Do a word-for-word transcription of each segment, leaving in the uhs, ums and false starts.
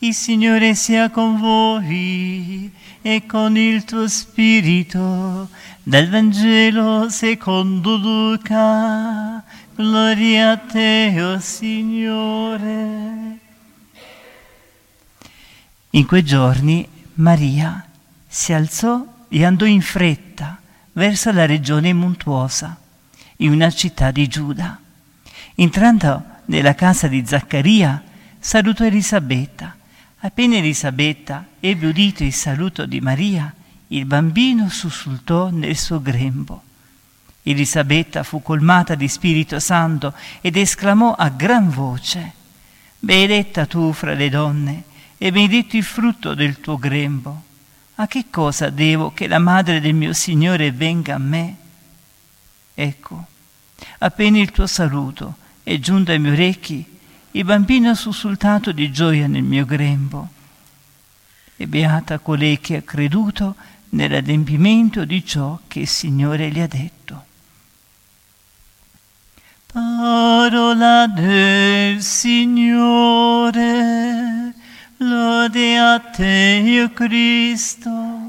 Il Signore sia con voi e con il tuo spirito. Dal Vangelo secondo Luca. Gloria a te, o Signore. In quei giorni Maria si alzò e andò in fretta verso la regione montuosa, in una città di Giuda. Entrando nella casa di Zaccaria, salutò Elisabetta. Appena Elisabetta ebbe udito il saluto di Maria, il bambino sussultò nel suo grembo. Elisabetta fu colmata di Spirito Santo ed esclamò a gran voce: benedetta tu fra le donne e benedetto il frutto del tuo grembo. A che cosa devo che la madre del mio Signore venga a me? Ecco, appena il tuo saluto è giunto ai miei orecchi, il bambino ha sussultato di gioia nel mio grembo. E beata colei che ha creduto nell'adempimento di ciò che il Signore gli ha detto. Parola del Signore, lode a te, o Cristo.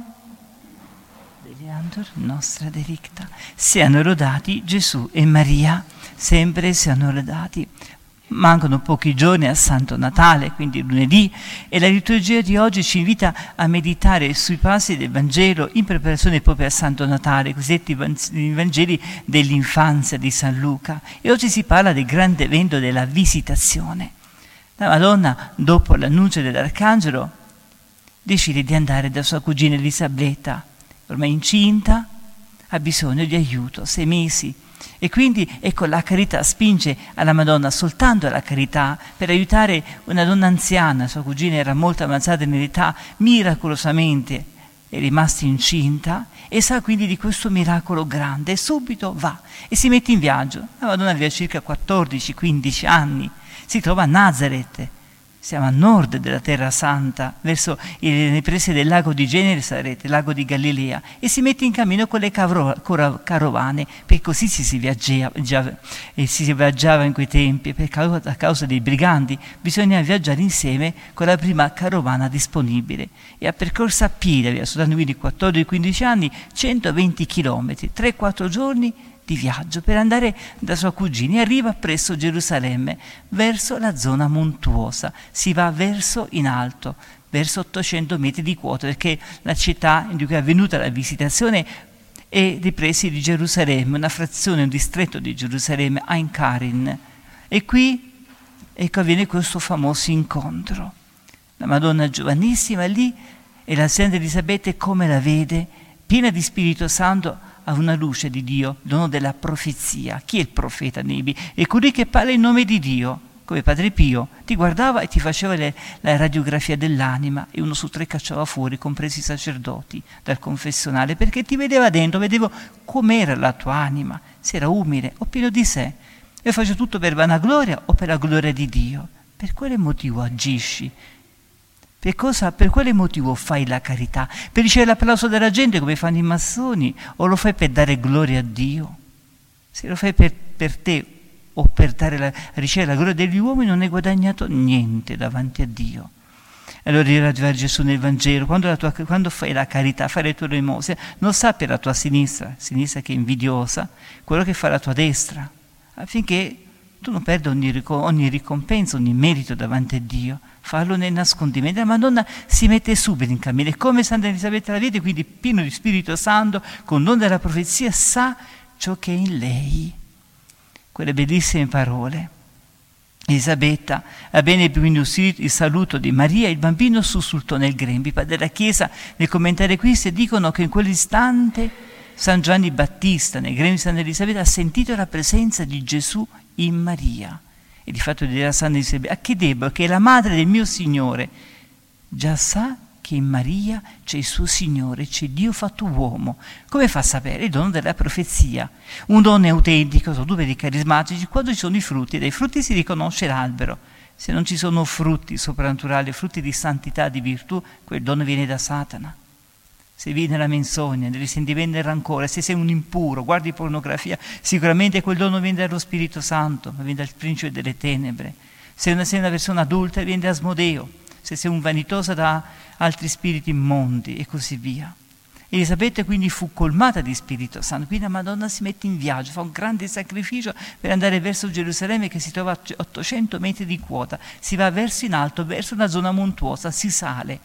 Deleandor nostra delicta. Siano lodati Gesù e Maria, sempre siano lodati. Mancano pochi giorni a Santo Natale, quindi lunedì, e la liturgia di oggi ci invita a meditare sui passi del Vangelo in preparazione proprio a Santo Natale, i cosiddetti Vangeli dell'infanzia di San Luca. E oggi si parla del grande evento della visitazione. La Madonna, dopo l'annuncio dell'Arcangelo, decide di andare da sua cugina Elisabetta, ormai incinta, ha bisogno di aiuto, sei mesi. E quindi ecco la carità spinge alla Madonna soltanto alla carità per aiutare una donna anziana. Sua cugina era molto avanzata nell'età, miracolosamente è rimasta incinta e sa quindi di questo miracolo grande e subito va e si mette in viaggio. La Madonna aveva circa quattordici quindici anni, si trova a Nazareth. Siamo a nord della Terra Santa, verso le prese del lago di Genesaret, il lago di Galilea, e si mette in cammino con le caro- caro- carovane, perché così si, si, viaggiava, già, eh, si viaggiava in quei tempi, perché a causa dei briganti bisognava viaggiare insieme con la prima carovana disponibile. E ha percorso a piedi, aveva soltanto quindi quattordici quindici anni, centoventi chilometri, tre quattro giorni di viaggio per andare da sua cugina e arriva presso Gerusalemme, verso la zona montuosa. Si va verso in alto, verso ottocento metri di quota, perché la città in cui è avvenuta la visitazione è dei pressi di Gerusalemme, una frazione, un distretto di Gerusalemme, Ein Karin. E qui ecco avviene questo famoso incontro. La Madonna giovanissima lì e la Santa Elisabetta come la vede, piena di Spirito Santo, ha una luce di Dio, dono della profezia. Chi è il profeta Nebi? È colui che parla in nome di Dio, come Padre Pio. Ti guardava e ti faceva le, la radiografia dell'anima e uno su tre cacciava fuori, compresi i sacerdoti, dal confessionale, perché ti vedeva dentro, vedevo com'era la tua anima, se era umile o pieno di sé. E faccio tutto per vanagloria o per la gloria di Dio. Per quale motivo agisci? Per, cosa, per quale motivo fai la carità? Per ricevere l'applauso della gente come fanno i massoni? O lo fai per dare gloria a Dio? Se lo fai per, per te o per dare la, ricevere la gloria degli uomini non hai guadagnato niente davanti a Dio. Allora dirà Gesù nel Vangelo, quando, la tua, quando fai la carità, fai le tue rimose, non sa per la tua sinistra, sinistra che è invidiosa, quello che fa la tua destra, affinché tu non perda ogni, ogni ricompensa, ogni merito davanti a Dio. Farlo nel nascondimento. La Madonna si mette subito in cammino e come Santa Elisabetta la vede, quindi pieno di Spirito Santo, con don della profezia, sa ciò che è in lei. Quelle bellissime parole. Elisabetta ha bene quindi udito il saluto di Maria, il bambino sussultò nel grembo. I padri della Chiesa nel commentare questo dicono che in quell'istante San Giovanni Battista nel grembo di Santa Elisabetta ha sentito la presenza di Gesù in Maria. E di fatto dirà Santa Elisabetta: a che debbo? Che è la madre del mio Signore già sa che in Maria c'è il suo Signore, c'è Dio fatto uomo. Come fa a sapere? Il dono della profezia. Un dono autentico, sono due dei carismatici, quando ci sono i frutti, dai frutti si riconosce l'albero. Se non ci sono frutti soprannaturali, frutti di santità, di virtù, quel dono viene da Satana. Se vivi nella menzogna, nel risentimento e nel rancore, se sei un impuro, guardi pornografia, sicuramente quel dono viene dallo Spirito Santo, ma viene dal principe delle tenebre. Se sei una persona adulta, viene da Asmodeo. se sei un vanitoso da altri spiriti immondi e così via. Elisabetta quindi fu colmata di Spirito Santo, quindi la Madonna si mette in viaggio, fa un grande sacrificio per andare verso Gerusalemme che si trova a ottocento metri di quota, si va verso in alto, verso una zona montuosa, si sale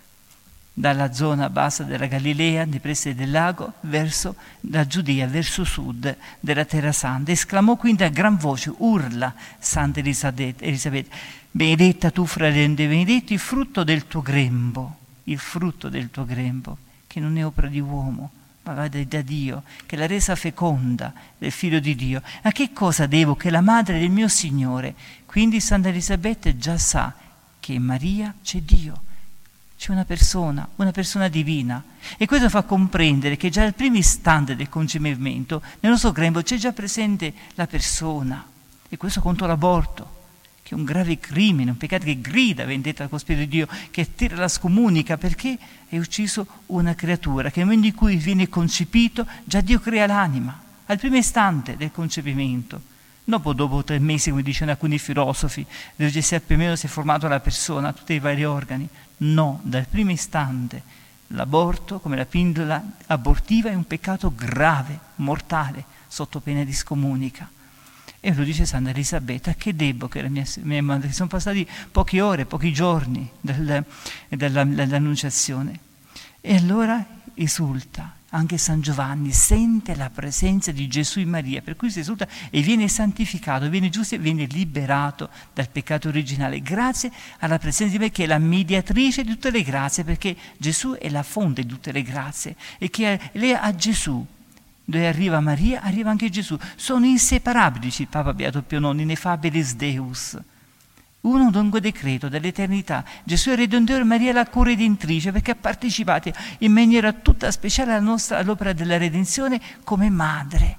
dalla zona bassa della Galilea, nei pressi del lago, verso la Giudea, verso sud della Terra Santa. Esclamò quindi a gran voce, urla, Santa Elisabetta, benedetta tu fra le donne, benedetto il frutto del tuo grembo, il frutto del tuo grembo, che non è opera di uomo, ma va da Dio, che l'ha resa feconda del Figlio di Dio. A che cosa devo che la madre del mio Signore? Quindi Santa Elisabetta già sa che in Maria c'è Dio, c'è una persona, una persona divina. E questo fa comprendere che già al primo istante del concepimento, nel nostro grembo c'è già presente la persona. E questo contro l'aborto, che è un grave crimine, un peccato che grida vendetta con Spirito di Dio, che attira la scomunica perché è ucciso una creatura, che nel momento in cui viene concepito già Dio crea l'anima, al primo istante del concepimento. Dopo, dopo tre mesi, come dicono alcuni filosofi, dove si è più o meno si è formata la persona, tutti i vari organi. No, dal primo istante l'aborto, come la pillola abortiva, è un peccato grave, mortale, sotto pena di scomunica. E lo dice Santa Elisabetta, che debbo che la mia, mia madre, sono passati poche ore, pochi giorni del, della, dell'annunciazione. E allora esulta, anche San Giovanni sente la presenza di Gesù in Maria, per cui si esulta e viene santificato, viene giusto e viene liberato dal peccato originale, grazie alla presenza di Maria che è la mediatrice di tutte le grazie, perché Gesù è la fonte di tutte le grazie e che lei ha Gesù. Dove arriva Maria, arriva anche Gesù. Sono inseparabili, dice il Papa Beato Pio nono, ineffabilis Deus. Uno dunque decreto dell'eternità. Gesù è il Redentore, Maria è la corredentrice, perché ha partecipato in maniera tutta speciale alla nostra, all'opera della redenzione come madre.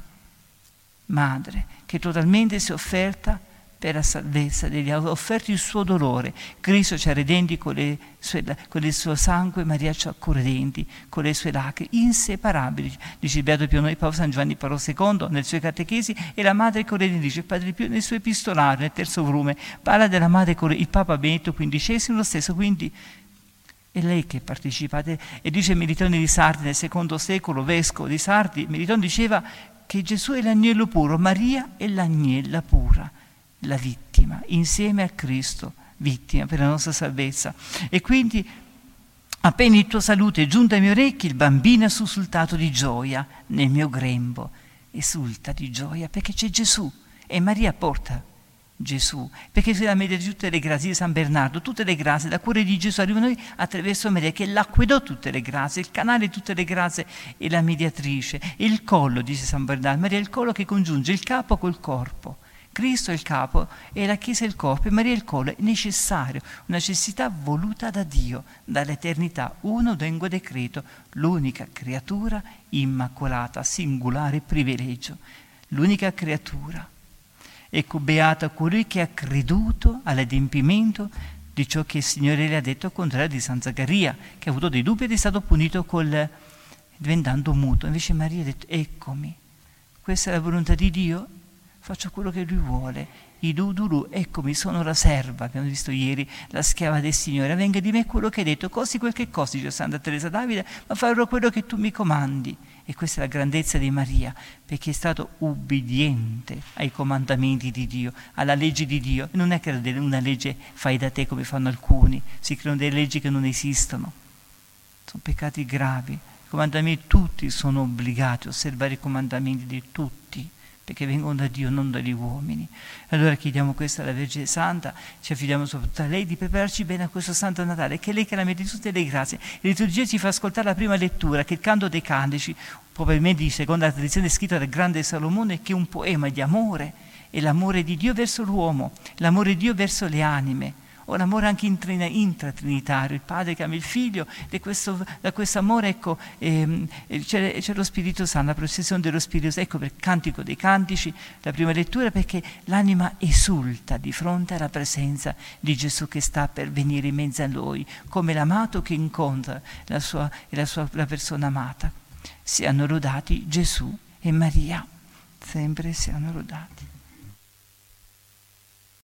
Madre, che totalmente si è offerta per la salvezza degli altri, ha offerto il suo dolore. Cristo ci ha redenti con, le sue, con il suo sangue, Maria ci ha corredenti con le sue lacrime, inseparabili, dice il Beato Pio nono, Papa San Giovanni Paolo secondo nel suo catechesi, e la madre corredentrice, il Padre Pio nel suo epistolare, nel terzo volume, parla della madre corredentrice, il Papa Benedetto quindicesimo lo stesso, quindi è lei che partecipate. E dice Melitone di Sardi nel secondo secolo, vescovo di Sardi, Melitone diceva che Gesù è l'agnello puro, Maria è l'agnella pura, la vittima, insieme a Cristo, vittima per la nostra salvezza. E quindi, appena il tuo saluto è giunto ai miei orecchi, il bambino è sussultato di gioia nel mio grembo. Esulta di gioia perché c'è Gesù e Maria porta Gesù, perché si la media di tutte le grazie di San Bernardo, tutte le grazie da cuore di Gesù arrivano a noi attraverso Maria, che è l'acquedotto tutte le grazie, il canale di tutte le grazie e la mediatrice. E il collo, dice San Bernardo, Maria è il collo che congiunge il capo col corpo. Cristo è il capo e la Chiesa è il corpo e Maria è il collo. È necessario, una necessità voluta da Dio, dall'eternità, uno dengo decreto, l'unica creatura immacolata, singolare privilegio, l'unica creatura. Ecco, beata colui che ha creduto all'adempimento di ciò che il Signore le ha detto, al contrario di San Zaccaria, che ha avuto dei dubbi ed è stato punito col, diventando muto. Invece Maria ha detto, eccomi, questa è la volontà di Dio, faccio quello che Lui vuole. I duduru, eccomi, sono la serva, abbiamo visto ieri, la schiava del Signore. Avvenga di me quello che hai detto, costi quel che costi, dice Santa Teresa d'Avila, ma farò quello che tu mi comandi. E questa è la grandezza di Maria, perché è stato ubbidiente ai comandamenti di Dio, alla legge di Dio. Non è che una legge fai da te come fanno alcuni, si creano delle leggi che non esistono. Sono peccati gravi. I comandamenti, tutti sono obbligati a osservare i comandamenti di tutti, perché vengono da Dio, non dagli uomini. Allora chiediamo questo alla Vergine Santa, ci affidiamo soprattutto a lei di prepararci bene a questo Santo Natale, che è lei che la mette di tutte le grazie. La liturgia ci fa ascoltare la prima lettura, che è il Canto dei Cantici, probabilmente di seconda tradizione scritta dal grande Salomone, che è un poema di amore, è l'amore di Dio verso l'uomo, l'amore di Dio verso le anime, o l'amore anche intratrinitario, il padre che ama il figlio, e questo, da questo amore ecco, ehm, c'è, c'è lo Spirito Santo, la processione dello Spirito Santo. Ecco per il Cantico dei Cantici, la prima lettura, perché l'anima esulta di fronte alla presenza di Gesù che sta per venire in mezzo a noi, come l'amato che incontra la, sua, la, sua, la persona amata. Siano lodati Gesù e Maria, sempre siano lodati.